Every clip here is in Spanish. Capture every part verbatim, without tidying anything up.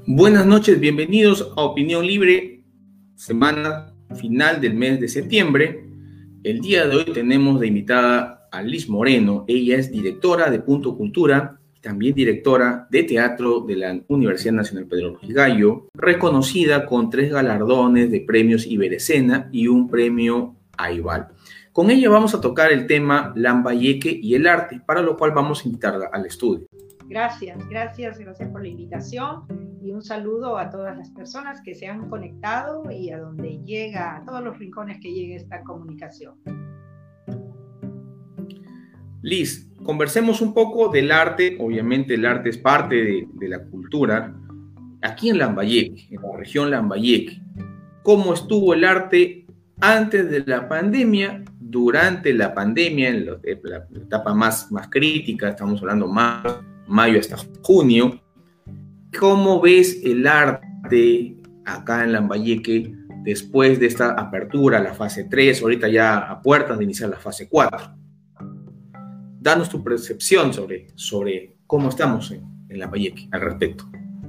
Buenas noches, bienvenidos a Opinión Libre, semana final del mes de septiembre. El día de hoy tenemos de invitada a Liz Moreno. Ella es directora de Punto Cultura, también directora de teatro de la Universidad Nacional Pedro Luis Gallo, reconocida con tres galardones de premios Iberescena y un premio Aibal. Con ella vamos a tocar el tema Lambayeque y el arte, para lo cual vamos a invitarla al estudio. Gracias, gracias, gracias por la invitación y un saludo a todas las personas que se han conectado y a donde llega, a todos los rincones que llegue esta comunicación. Liz, conversemos un poco del arte. Obviamente el arte es parte de, de la cultura. Aquí en Lambayeque, en la región Lambayeque, ¿cómo estuvo el arte antes de la pandemia, durante la pandemia, en la, la etapa más, más crítica? Estamos hablando más mayo hasta junio. ¿Cómo ves el arte acá en Lambayeque después de esta apertura, la fase tres, ahorita ya a puertas de iniciar la fase cuatro? Danos tu percepción sobre, sobre cómo estamos en, en Lambayeque al respecto.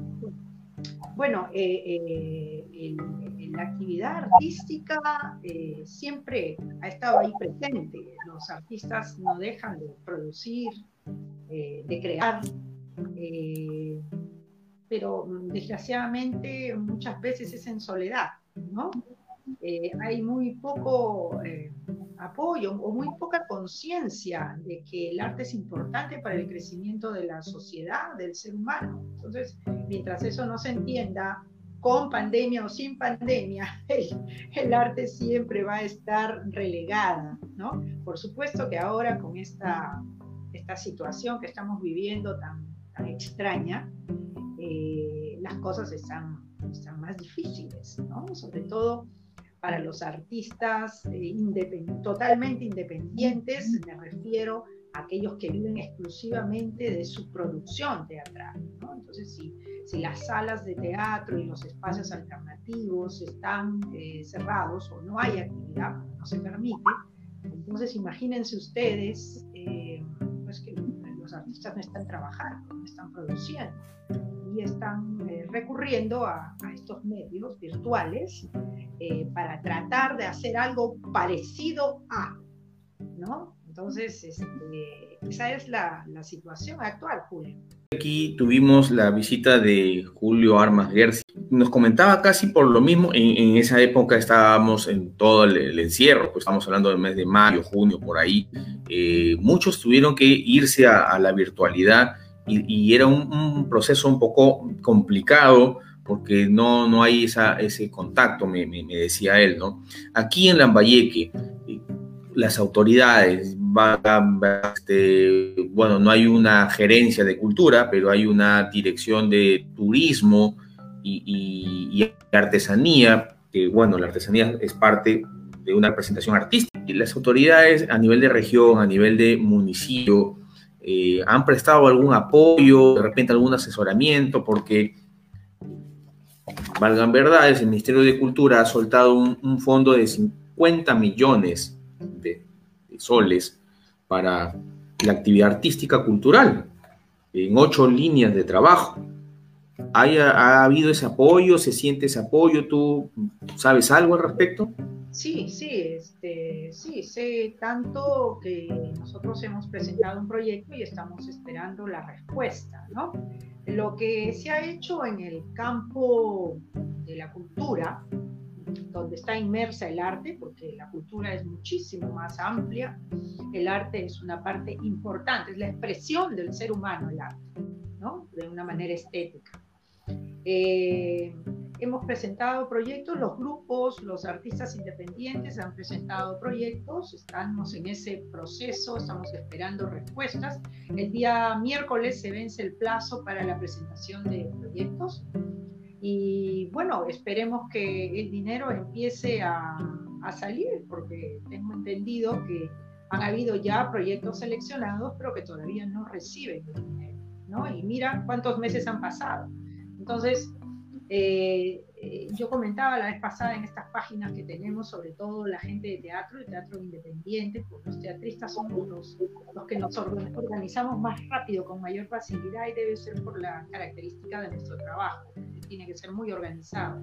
Bueno, eh, eh, en, en la actividad artística eh, siempre ha estado ahí presente. Los artistas no dejan de producir, eh, de crear, eh, pero desgraciadamente muchas veces es en soledad, ¿no? Eh, hay muy poco eh, apoyo o muy poca conciencia de que el arte es importante para el crecimiento de la sociedad, del ser humano. Entonces, mientras eso no se entienda, con pandemia o sin pandemia, el, el arte siempre va a estar relegada, ¿no? Por supuesto que ahora con esta, esta situación que estamos viviendo tan, tan extraña, eh, las cosas están, están más difíciles, ¿no? Sobre todo para los artistas eh, independ totalmente independientes, me refiero a aquellos que viven exclusivamente de su producción teatral, ¿no? Entonces, si, si las salas de teatro y los espacios alternativos están eh, cerrados o no hay actividad, no se permite, entonces imagínense ustedes eh, pues que los artistas no están trabajando, no están produciendo y están eh, recurriendo a, a estos medios virtuales eh, para tratar de hacer algo parecido a, ¿no? Entonces, este, esa es la, la situación actual, Julio. Aquí tuvimos la visita de Julio Armas Gersi. Nos comentaba casi por lo mismo. En, en esa época estábamos en todo el, el encierro, pues estamos hablando del mes de mayo, junio, por ahí. Eh, muchos tuvieron que irse a, a la virtualidad y, y era un, un proceso un poco complicado porque no, no hay esa, ese contacto, me, me, me decía él, ¿no? Aquí en Lambayeque, las autoridades, va, va, este, bueno, no hay una gerencia de cultura, pero hay una dirección de turismo y, y, y artesanía, que bueno, la artesanía es parte de una representación artística. Y las autoridades a nivel de región, a nivel de municipio, eh, han prestado algún apoyo, de repente algún asesoramiento, porque valgan verdades, el Ministerio de Cultura ha soltado un, un fondo de cincuenta millones de, de soles para la actividad artística cultural en ocho líneas de trabajo. ¿Hay, ha, ¿Ha habido ese apoyo? ¿Se siente ese apoyo? ¿Tú sabes algo al respecto? Sí, sí, este, sí, sé tanto que nosotros hemos presentado un proyecto y estamos esperando la respuesta, ¿no? Lo que se ha hecho en el campo de la cultura, donde está inmersa el arte, porque la cultura es muchísimo más amplia, el arte es una parte importante, es la expresión del ser humano, el arte, ¿no? De una manera estética. Eh, hemos presentado proyectos, los grupos, los artistas independientes han presentado proyectos, estamos en ese proceso, estamos esperando respuestas. El día miércoles se vence el plazo para la presentación de proyectos y bueno, esperemos que el dinero empiece a, a salir, porque tengo entendido que han habido ya proyectos seleccionados, pero que todavía no reciben el dinero, ¿no? Y mira cuántos meses han pasado. Entonces, eh, eh, yo comentaba la vez pasada en estas páginas que tenemos, sobre todo la gente de teatro, de teatro independiente, pues los teatristas somos los, los que nos organizamos más rápido, con mayor facilidad, y debe ser por la característica de nuestro trabajo, que tiene que ser muy organizado.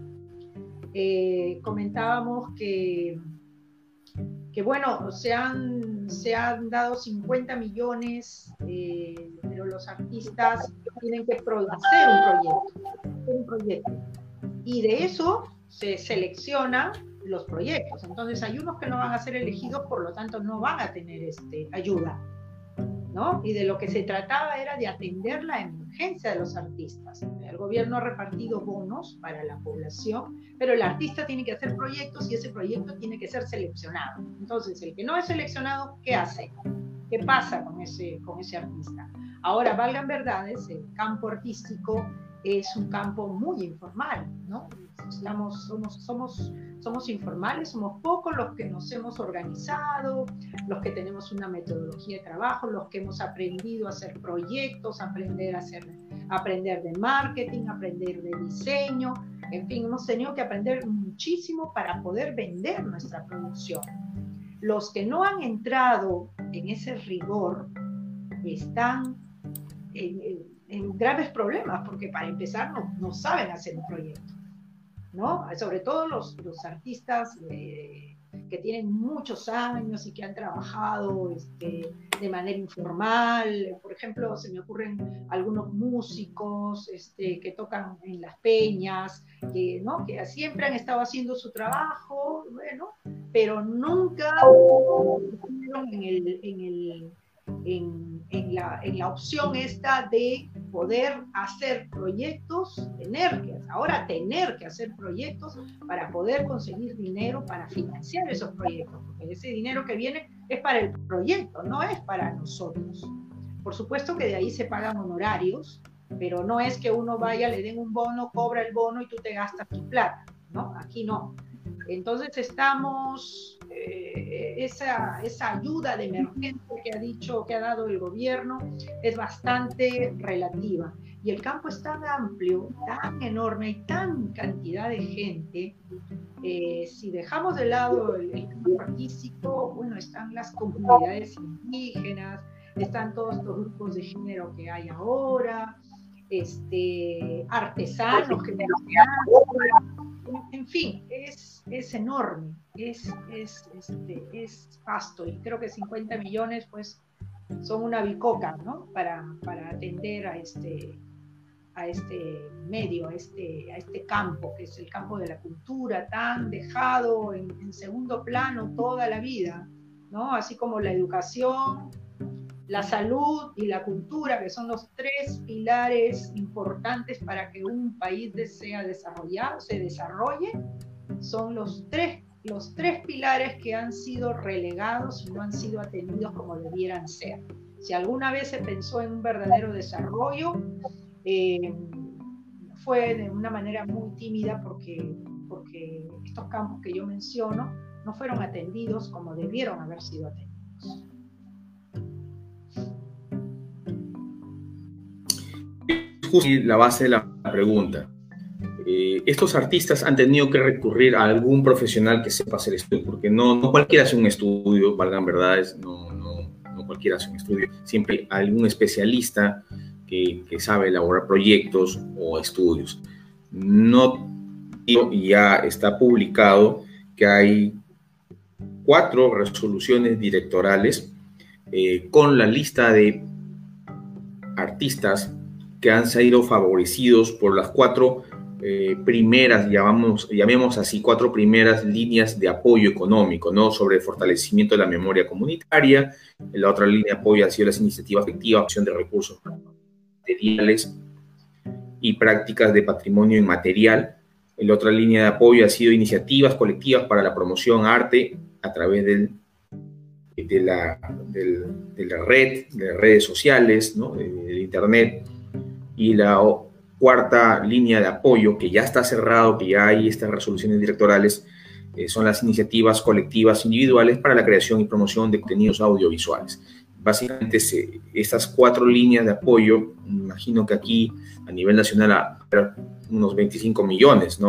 Eh, comentábamos que, que bueno, se han, se han dado cincuenta millones, eh, pero los artistas tienen que hacer un proyecto, un proyecto. Y de eso se seleccionan los proyectos. Entonces hay unos que no van a ser elegidos, por lo tanto no van a tener este, ayuda, ¿no? Y de lo que se trataba era de atender la emergencia de los artistas. El gobierno ha repartido bonos para la población, pero el artista tiene que hacer proyectos y ese proyecto tiene que ser seleccionado. Entonces, el que no es seleccionado, ¿qué hace? ¿Qué pasa con ese, con ese artista? Ahora, valgan verdades, el campo artístico es un campo muy informal, ¿no? Estamos, somos, somos, somos informales, somos pocos los que nos hemos organizado, los que tenemos una metodología de trabajo, los que hemos aprendido a hacer proyectos, aprender a hacer, aprender de marketing, aprender de diseño, en fin, hemos tenido que aprender muchísimo para poder vender nuestra producción. Los que no han entrado en ese rigor están en, en, en graves problemas, porque para empezar no, no saben hacer un proyecto, ¿no? Sobre todo los, los artistas eh, que tienen muchos años y que han trabajado este, de manera informal. Por ejemplo, se me ocurren algunos músicos este, que tocan en las peñas, que, ¿no? que siempre han estado haciendo su trabajo, bueno, pero nunca en el, en el En, en, la, en la opción esta de poder hacer proyectos, tener que, ahora tener que hacer proyectos para poder conseguir dinero para financiar esos proyectos, porque ese dinero que viene es para el proyecto, no es para nosotros. Por supuesto que de ahí se pagan honorarios, pero no es que uno vaya, le den un bono, cobra el bono y tú te gastas tu plata, ¿no? Aquí no. Entonces estamos, eh, esa, esa ayuda de emergencia que ha dicho, que ha dado el gobierno es bastante relativa. Y el campo es tan amplio, tan enorme, hay tan cantidad de gente. Eh, si dejamos de lado el, el campo artístico, bueno, están las comunidades indígenas, están todos estos grupos de género que hay ahora, este, artesanos que en fin, es, es enorme, es, es, este, es vasto, y creo que cincuenta millones pues son una bicoca, ¿no? Para, para atender a este, a este medio, a este, a este campo, que es el campo de la cultura, tan dejado en, en segundo plano toda la vida, ¿no? Así como la educación, la salud y la cultura, que son los tres pilares importantes para que un país sea desarrollado, se desarrolle, son los tres, los tres pilares que han sido relegados y no han sido atendidos como debieran ser. Si alguna vez se pensó en un verdadero desarrollo, eh, fue de una manera muy tímida, porque, porque estos campos que yo menciono no fueron atendidos como debieron haber sido atendidos. Justo la base de la pregunta. Eh, estos artistas han tenido que recurrir a algún profesional que sepa hacer estudio, porque no, no cualquiera hace un estudio, valgan verdades, no, no, no cualquiera hace un estudio, siempre hay algún especialista que, que sabe elaborar proyectos o estudios. No, ya está publicado que hay cuatro resoluciones directorales eh, con la lista de artistas que han sido favorecidos por las cuatro eh, primeras, llamamos, llamemos así, cuatro primeras líneas de apoyo económico, ¿no? Sobre el fortalecimiento de la memoria comunitaria. La otra línea de apoyo ha sido las iniciativas efectivas, acción de recursos materiales y prácticas de patrimonio inmaterial. La otra línea de apoyo ha sido iniciativas colectivas para la promoción arte a través del, de, la, del, de la red, de redes sociales, ¿no? de, de internet. Y la cuarta línea de apoyo, que ya está cerrado, que ya hay estas resoluciones directorales, eh, son las iniciativas colectivas individuales para la creación y promoción de contenidos audiovisuales. Básicamente, se, estas cuatro líneas de apoyo, imagino que aquí a nivel nacional habrá unos veinticinco millones, ¿no?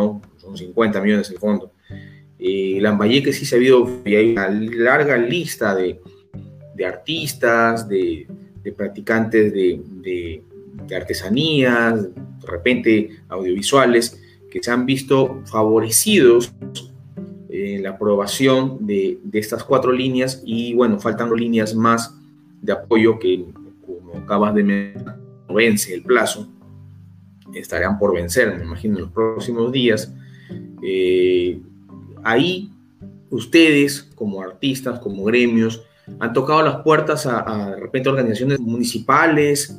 son cincuenta millones el fondo. Eh, Lambayeque sí se ha habido, y hay una larga lista de, de artistas, de, de practicantes de, de, de artesanías, de repente audiovisuales, que se han visto favorecidos en la aprobación de, de estas cuatro líneas, y bueno, faltan líneas más de apoyo que, como acabas de mencionar, vence el plazo, estarán por vencer, me imagino, en los próximos días. Eh, ahí ustedes, como artistas, como gremios, han tocado las puertas a, a de repente organizaciones municipales,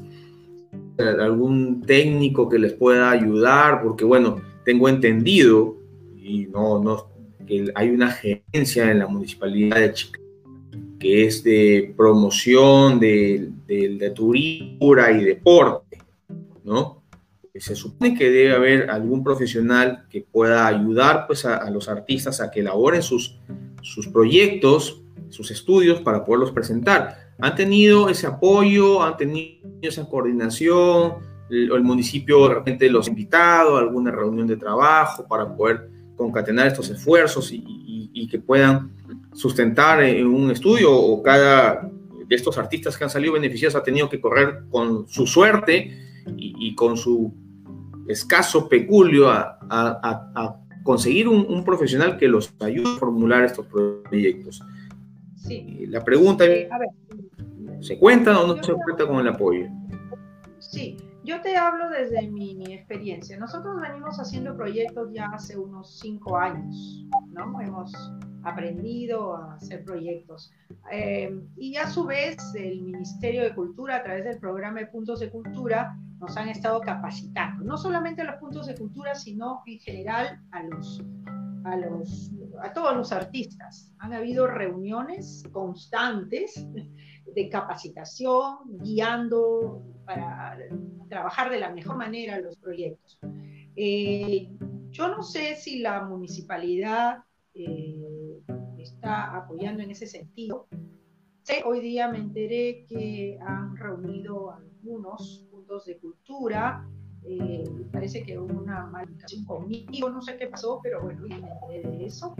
algún técnico que les pueda ayudar, porque bueno, tengo entendido, y no, no, que hay una gerencia en la municipalidad de Chiclayo que es de promoción de, de, de turismo y deporte, ¿no? Se supone que debe haber algún profesional que pueda ayudar, pues, a, a los artistas a que elaboren sus, sus proyectos, sus estudios para poderlos presentar. ¿Han tenido ese apoyo? ¿Han tenido esa coordinación? ¿El, el municipio de repente los ha invitado a alguna reunión de trabajo para poder concatenar estos esfuerzos y, y, y que puedan sustentar en un estudio? ¿O cada de estos artistas que han salido beneficiados ha tenido que correr con su suerte y, y con su escaso peculio a, a, a conseguir un, un profesional que los ayude a formular estos proyectos? Sí. La pregunta Eh, es, a ver, ¿se cuenta o no yo se cuenta con el apoyo? Sí, yo te hablo desde mi experiencia. Nosotros venimos haciendo proyectos ya hace unos cinco años, ¿no? Hemos aprendido a hacer proyectos. Eh, y a su vez, el Ministerio de Cultura, a través del programa de Puntos de Cultura, nos han estado capacitando. No solamente a los puntos de cultura, sino en general a los, a los, a todos los artistas. Han habido reuniones constantes de capacitación, guiando para trabajar de la mejor manera los proyectos. Eh, yo no sé si la municipalidad eh, está apoyando en ese sentido. Sí, hoy día me enteré que han reunido algunos puntos de cultura. Eh, parece que hubo una maldición conmigo, no sé qué pasó, pero bueno, hoy me enteré de eso.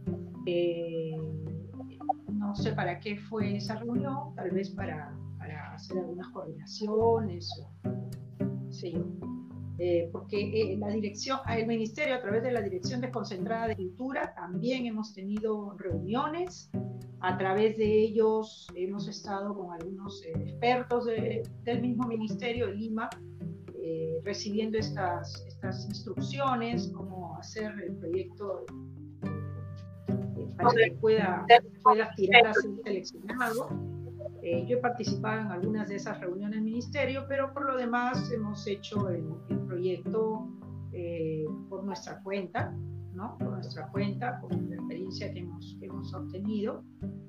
Eh, no sé para qué fue esa reunión, tal vez para, para hacer algunas coordinaciones o no sé yo. Eh, porque eh, la dirección, el ministerio a través de la Dirección Desconcentrada de Cultura también hemos tenido reuniones. A través de ellos hemos estado con algunos eh, expertos de, del mismo ministerio de Lima, eh, recibiendo estas, estas instrucciones, cómo hacer el proyecto eh, para que pueda, pueda aspirar a ser seleccionado. Eh, yo he participado en algunas de esas reuniones del ministerio, pero por lo demás hemos hecho el, el proyecto eh, por nuestra cuenta, ¿no? Por nuestra cuenta, con la experiencia que hemos, que hemos obtenido.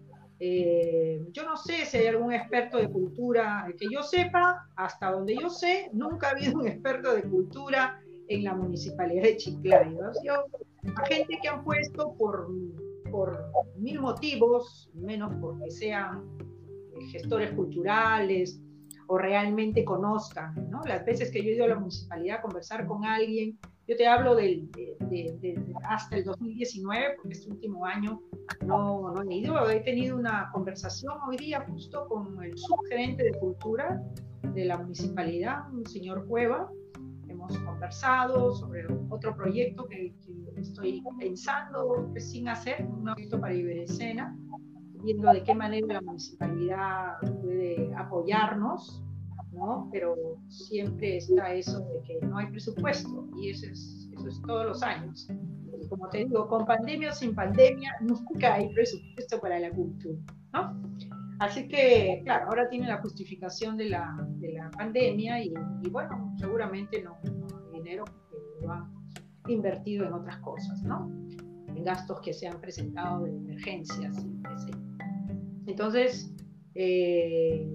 Eh, yo no sé si hay algún experto de cultura que yo sepa, hasta donde yo sé, nunca ha habido un experto de cultura en la municipalidad de Chiclayo. Ha sido gente que han puesto por, por mil motivos, menos porque sean gestores culturales o realmente conozcan, ¿no? Las veces que yo he ido a la municipalidad a conversar con alguien, yo te hablo del, de, de, de, hasta el dos mil diecinueve, porque este último año no, no he ido, he tenido una conversación hoy día justo con el subgerente de cultura de la municipalidad, un señor Cueva. Hemos conversado sobre otro proyecto que, que estoy pensando sin hacer, un proyecto para Iberescena, viendo de qué manera la municipalidad puede apoyarnos, ¿no? Pero siempre está eso de que no hay presupuesto, y eso es, eso es todos los años. Y como te digo, con pandemia o sin pandemia, nunca hay presupuesto para la cultura, ¿no? Así que, claro, ahora tiene la justificación de la, de la pandemia y, y bueno, seguramente no, no hay dinero porque lo han invertido en otras cosas, ¿no? En gastos que se han presentado de emergencias, etcétera. Entonces, eh,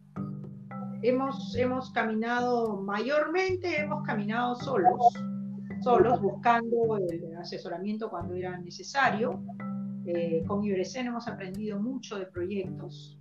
hemos, hemos caminado, mayormente hemos caminado solos, solos, buscando el asesoramiento cuando era necesario. Eh, con Iberescena hemos aprendido mucho de proyectos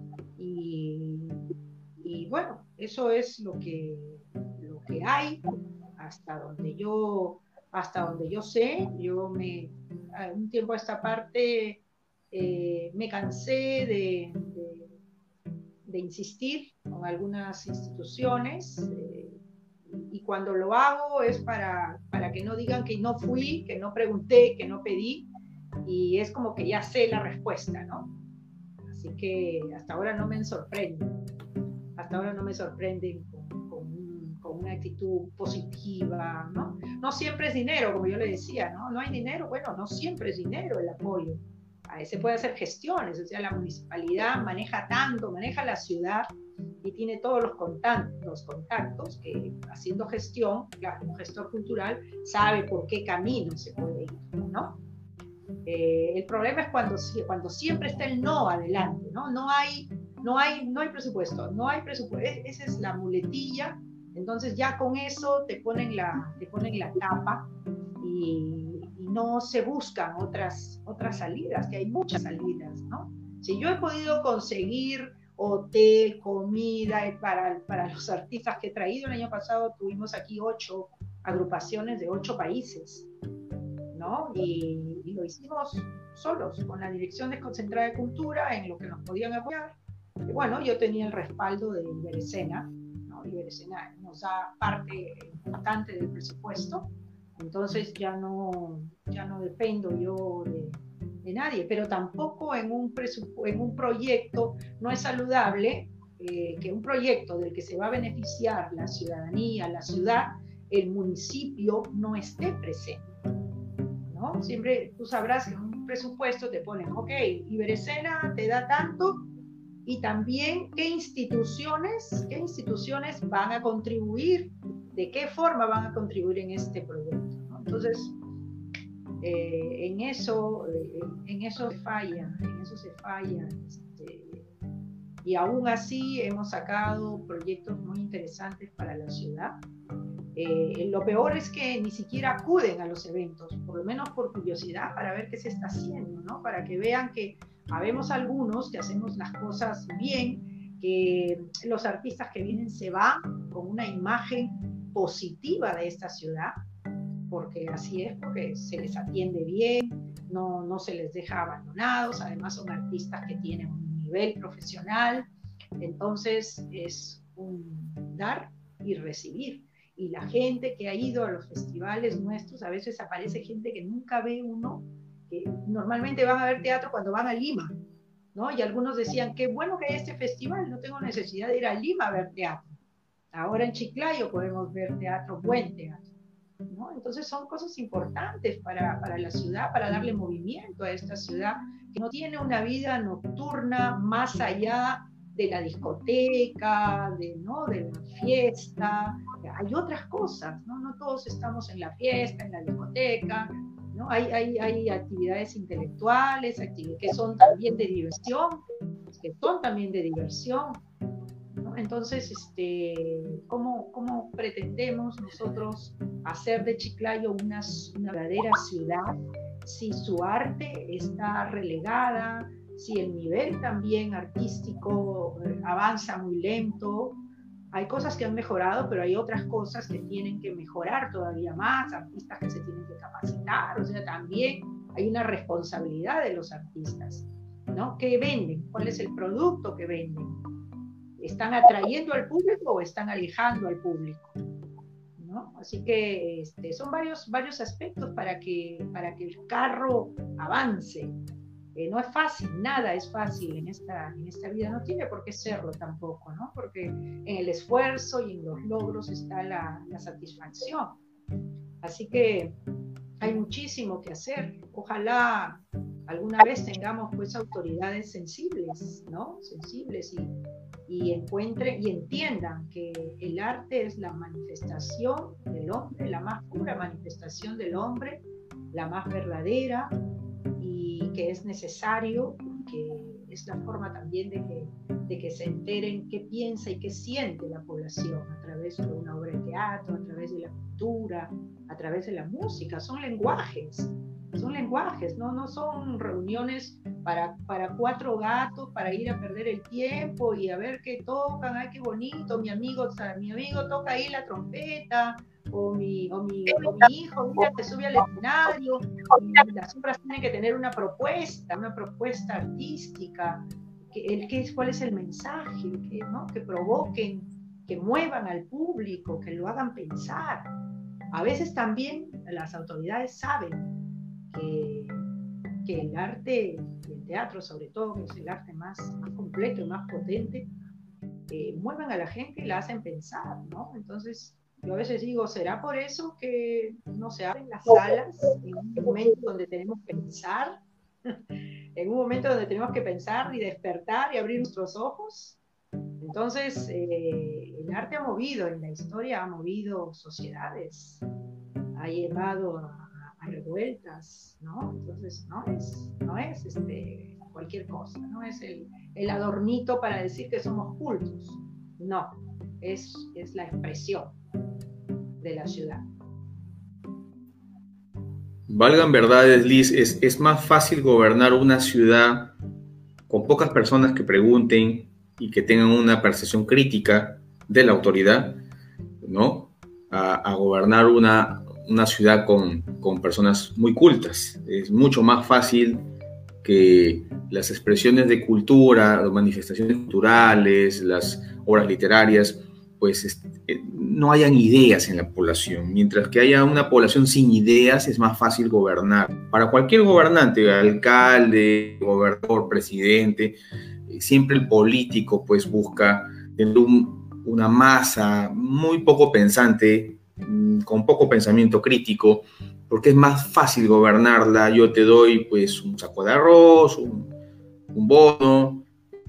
y, y bueno, eso es lo que, lo que hay hasta donde yo hasta donde yo sé. Yo me, un tiempo a esta parte, eh, me cansé de, de, de insistir con algunas instituciones, eh, y cuando lo hago es para, para que no digan que no fui, que no pregunté, que no pedí, y es como que ya sé la respuesta, ¿no? Así que hasta ahora no me sorprende, hasta ahora no me sorprenden con, con, con una actitud positiva, ¿no? No siempre es dinero, como yo le decía, ¿no? No hay dinero, bueno, no siempre es dinero el apoyo. A se puede hacer gestiones, o sea, la municipalidad maneja tanto, maneja la ciudad y tiene todos los contactos, los contactos que haciendo gestión, claro, un gestor cultural sabe por qué camino se puede ir, ¿no? Eh, el problema es cuando, cuando siempre está el no adelante, ¿no? No hay, no hay, no hay presupuesto, no hay presupuesto, esa es la muletilla, entonces ya con eso te ponen la, te ponen la tapa y, y no se buscan otras, otras salidas, que hay muchas salidas, ¿no? Si yo he podido conseguir hotel, comida para, para los artistas que he traído, el año pasado tuvimos aquí ocho agrupaciones de ocho países, ¿no? Y, y lo hicimos solos, con la Dirección Desconcentrada de Cultura, en lo que nos podían apoyar. Y bueno, yo tenía el respaldo de Iberescena, ¿no? Iberescena nos da parte importante del presupuesto, entonces ya no, ya no dependo yo de, de nadie, pero tampoco en un, en un proyecto no es saludable eh, que un proyecto del que se va a beneficiar la ciudadanía, la ciudad, el municipio no esté presente, ¿no? Siempre tú sabrás que en un presupuesto te ponen, ok, Iberescena te da tanto, y también qué instituciones, qué instituciones van a contribuir, de qué forma van a contribuir en este proyecto, ¿no? Entonces, eh, en eso, eh, en eso se falla, en eso se falla, este, y aún así hemos sacado proyectos muy interesantes para la ciudad. Eh, lo peor es que ni siquiera acuden a los eventos, por lo menos por curiosidad, para ver qué se está haciendo, ¿no? Para que vean que habemos algunos que hacemos las cosas bien, que los artistas que vienen se van con una imagen positiva de esta ciudad, porque así es, porque se les atiende bien, no, no se les deja abandonados, además son artistas que tienen un nivel profesional, entonces es un dar y recibir. Y la gente que ha ido a los festivales nuestros, a veces aparece gente que nunca ve uno, que normalmente van a ver teatro cuando van a Lima, ¿no? Y algunos decían, qué bueno que hay este festival, no tengo necesidad de ir a Lima a ver teatro. Ahora en Chiclayo podemos ver teatro, buen teatro, ¿no? Entonces son cosas importantes para, para la ciudad, para darle movimiento a esta ciudad, que no tiene una vida nocturna más allá de la discoteca, de, ¿no? de la fiesta. Hay otras cosas, ¿no? No todos estamos en la fiesta, en la discoteca, ¿no? Hay, hay, hay actividades intelectuales, actividades que son también de diversión, que son también de diversión, ¿no? Entonces, este, ¿cómo, ¿cómo pretendemos nosotros hacer de Chiclayo una, una verdadera ciudad si su arte está relegada, si el nivel también artístico avanza muy lento? Hay cosas que han mejorado, pero hay otras cosas que tienen que mejorar todavía más, artistas que se tienen que capacitar, o sea, también hay una responsabilidad de los artistas, ¿no? ¿Qué venden? ¿Cuál es el producto que venden? ¿Están atrayendo al público o están alejando al público? ¿No? Así que este, son varios, varios aspectos para que, para que el carro avance. Eh, no es fácil, nada es fácil en esta, en esta vida, no tiene por qué serlo tampoco, ¿no? Porque en el esfuerzo y en los logros está la, la satisfacción. Así que hay muchísimo que hacer. Ojalá alguna vez tengamos pues autoridades sensibles, ¿no? Sensibles y, y encuentren y entiendan que el arte es la manifestación del hombre, la más pura manifestación del hombre, la más verdadera, y que es necesario, que es la forma también de que, de que se enteren qué piensa y qué siente la población a través de una obra de teatro, a través de la cultura, a través de la música. Son lenguajes, son lenguajes, no, no son reuniones para, para cuatro gatos, para ir a perder el tiempo y a ver qué tocan, ay, qué bonito, mi amigo, o sea, mi amigo toca ahí la trompeta, o mi, o mi, o mi hijo, mira, se sube al escenario, y las obras tienen que tener una propuesta, una propuesta artística, que, el, que, cuál es el mensaje, que, ¿no? Que provoquen, que muevan al público, que lo hagan pensar. A veces también las autoridades saben que, que el arte, y el teatro sobre todo, que es el arte más, más completo y más potente, eh, mueven a la gente y la hacen pensar, ¿no? Entonces, yo a veces digo, ¿será por eso que no se abren las salas en un momento donde tenemos que pensar? En un momento donde tenemos que pensar y despertar y abrir nuestros ojos. Entonces, eh, el arte ha movido, en la historia ha movido sociedades, ha llevado a, a revueltas, ¿no? Entonces, no es, no es este, cualquier cosa, no es el, el adornito para decir que somos cultos, no, es, es la expresión de la ciudad. Valgan verdades, Liz, es, es más fácil gobernar una ciudad con pocas personas que pregunten y que tengan una percepción crítica de la autoridad, ¿no? A, a gobernar una, una ciudad con, con personas muy cultas. Es mucho más fácil que las expresiones de cultura, las manifestaciones culturales, las obras literarias, pues eh, no hayan ideas en la población. Mientras que haya una población sin ideas, es más fácil gobernar. Para cualquier gobernante, alcalde, gobernador, presidente, eh, siempre el político pues busca tener un, una masa muy poco pensante, con poco pensamiento crítico, porque es más fácil gobernarla. Yo te doy pues un saco de arroz, un, un bono,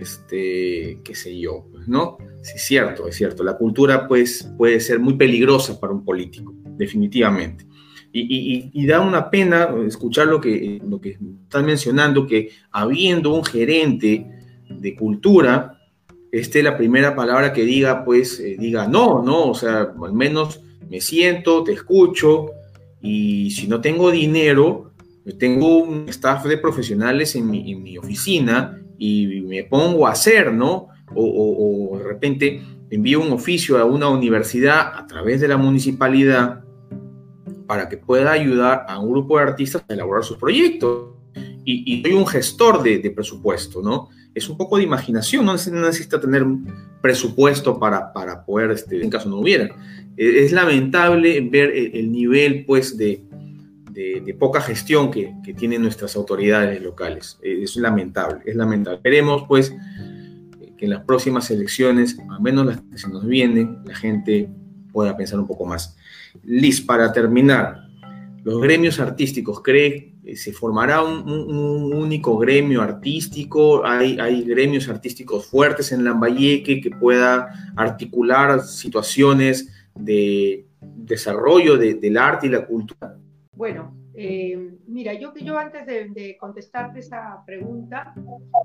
este, qué sé yo, ¿no? Sí, es cierto, es cierto. La cultura pues puede ser muy peligrosa para un político, definitivamente. Y, y, y da una pena escuchar lo que, lo que están mencionando, que habiendo un gerente de cultura, este, la primera palabra que diga, pues, eh, diga no, no, o sea, al menos me siento, te escucho, y si no tengo dinero, tengo un staff de profesionales en mi, en mi oficina y me pongo a hacer, ¿no? O, o, o de repente envío un oficio a una universidad a través de la municipalidad para que pueda ayudar a un grupo de artistas a elaborar sus proyectos. Y, y soy un gestor de, de presupuesto, ¿no? Es un poco de imaginación, no necesita tener presupuesto para, para poder, este, en caso no hubiera. Es lamentable ver el, el nivel, pues, de, de, de poca gestión que, que tienen nuestras autoridades locales. Es lamentable, es lamentable. Esperemos, pues, que en las próximas elecciones, al menos las que se nos vienen, la gente pueda pensar un poco más. Liz, para terminar, los gremios artísticos, ¿cree que se formará un, un, un único gremio artístico? ¿Hay, hay gremios artísticos fuertes en Lambayeque que pueda articular situaciones de desarrollo de, del arte y la cultura? Bueno, eh, mira, yo, yo antes de, de contestarte esa pregunta,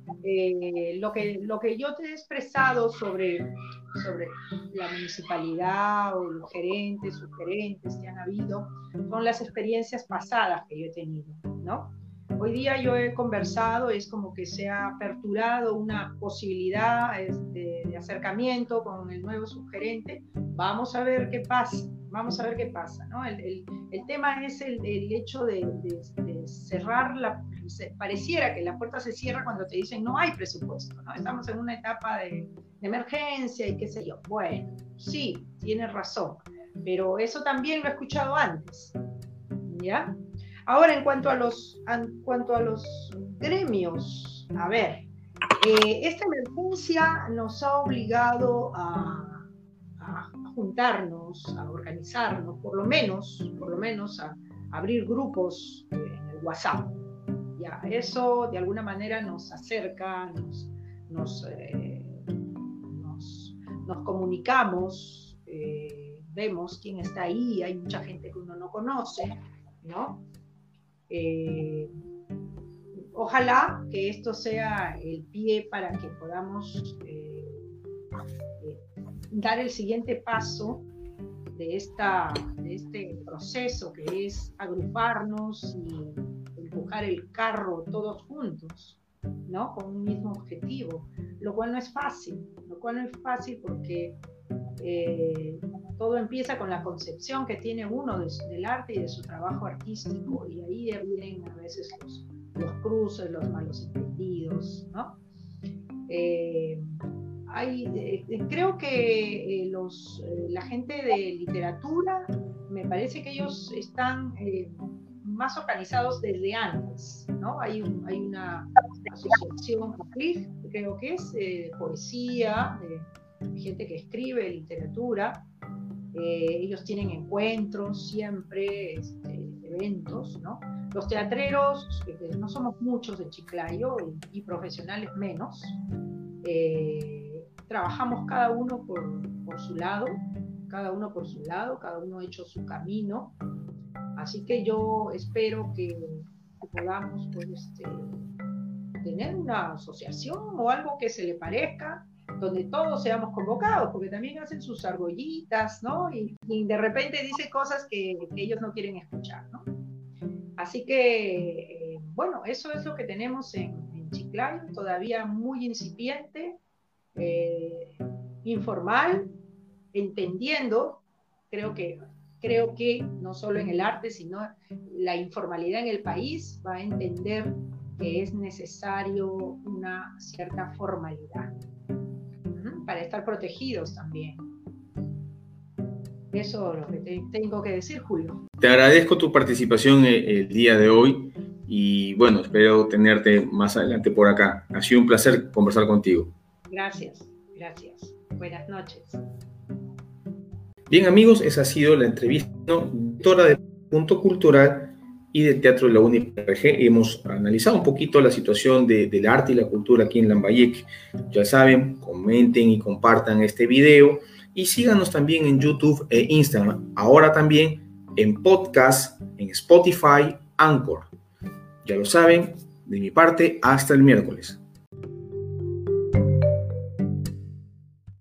eh, lo, que, lo que yo te he expresado sobre, sobre la municipalidad o los gerentes, subgerentes que han habido, son las experiencias pasadas que yo he tenido, ¿no? Hoy día yo he conversado, es como que se ha aperturado una posibilidad este, de acercamiento con el nuevo subgerente. Vamos a ver qué pasa, vamos a ver qué pasa, ¿no? El, el, el tema es el, el hecho de, de, de cerrar la... Pareciera que la puerta se cierra cuando te dicen no hay presupuesto, ¿no? Estamos en una etapa de, de emergencia y qué sé yo. Bueno, sí, tienes razón, pero eso también lo he escuchado antes, ¿ya? Ahora, en cuanto a los, en cuanto a los gremios, a ver, eh, esta emergencia nos ha obligado a, a juntarnos, a organizarnos, por lo menos, por lo menos a, a abrir grupos en el WhatsApp. Ya, eso de alguna manera nos acerca, nos, nos, eh, nos, nos comunicamos, eh, vemos quién está ahí, hay mucha gente que uno no conoce, ¿no? Eh, ojalá que esto sea el pie para que podamos eh, eh, dar el siguiente paso de, esta, de este proceso que es agruparnos y empujar el carro todos juntos, ¿no? Con un mismo objetivo, lo cual no es fácil, lo cual no es fácil porque eh, todo empieza con la concepción que tiene uno de, del arte y de su trabajo artístico, y ahí vienen a veces los, los cruces, los malos entendidos, ¿no? Eh, hay, eh, creo que eh, los, eh, la gente de literatura, me parece que ellos están eh, más organizados desde antes, ¿no? Hay, un, hay una asociación, creo que es, eh, poesía, de, de gente que escribe literatura. Eh, ellos tienen encuentros siempre, este, eventos, ¿no? Los teatreros, eh, no somos muchos de Chiclayo y, y profesionales menos. Eh, trabajamos cada uno por, por su lado, cada uno por su lado, cada uno ha hecho su camino. Así que yo espero que, que podamos pues, este, tener una asociación o algo que se le parezca, donde todos seamos convocados, porque también hacen sus argollitas, ¿no? Y, y de repente dicen cosas que, que ellos no quieren escuchar, ¿no? Así que, eh, bueno, eso es lo que tenemos en, en Chiclayo, todavía muy incipiente, eh, informal, entendiendo, creo que, creo que no solo en el arte, sino la informalidad en el país va a entender que es necesario una cierta formalidad para estar protegidos también. Eso es lo que te tengo que decir, Julio. Te agradezco tu participación el, el día de hoy y bueno, espero tenerte más adelante por acá. Ha sido un placer conversar contigo. Gracias, gracias. Buenas noches. Bien, amigos, esa ha sido la entrevista, ¿no? Directora de Punto Cultural y de Teatro de la U N I P R G. Hemos analizado un poquito la situación de, del arte y la cultura aquí en Lambayeque. Ya saben, comenten y compartan este video y síganos también en YouTube e Instagram. Ahora también en podcast, en Spotify, Anchor. Ya lo saben, de mi parte, hasta el miércoles.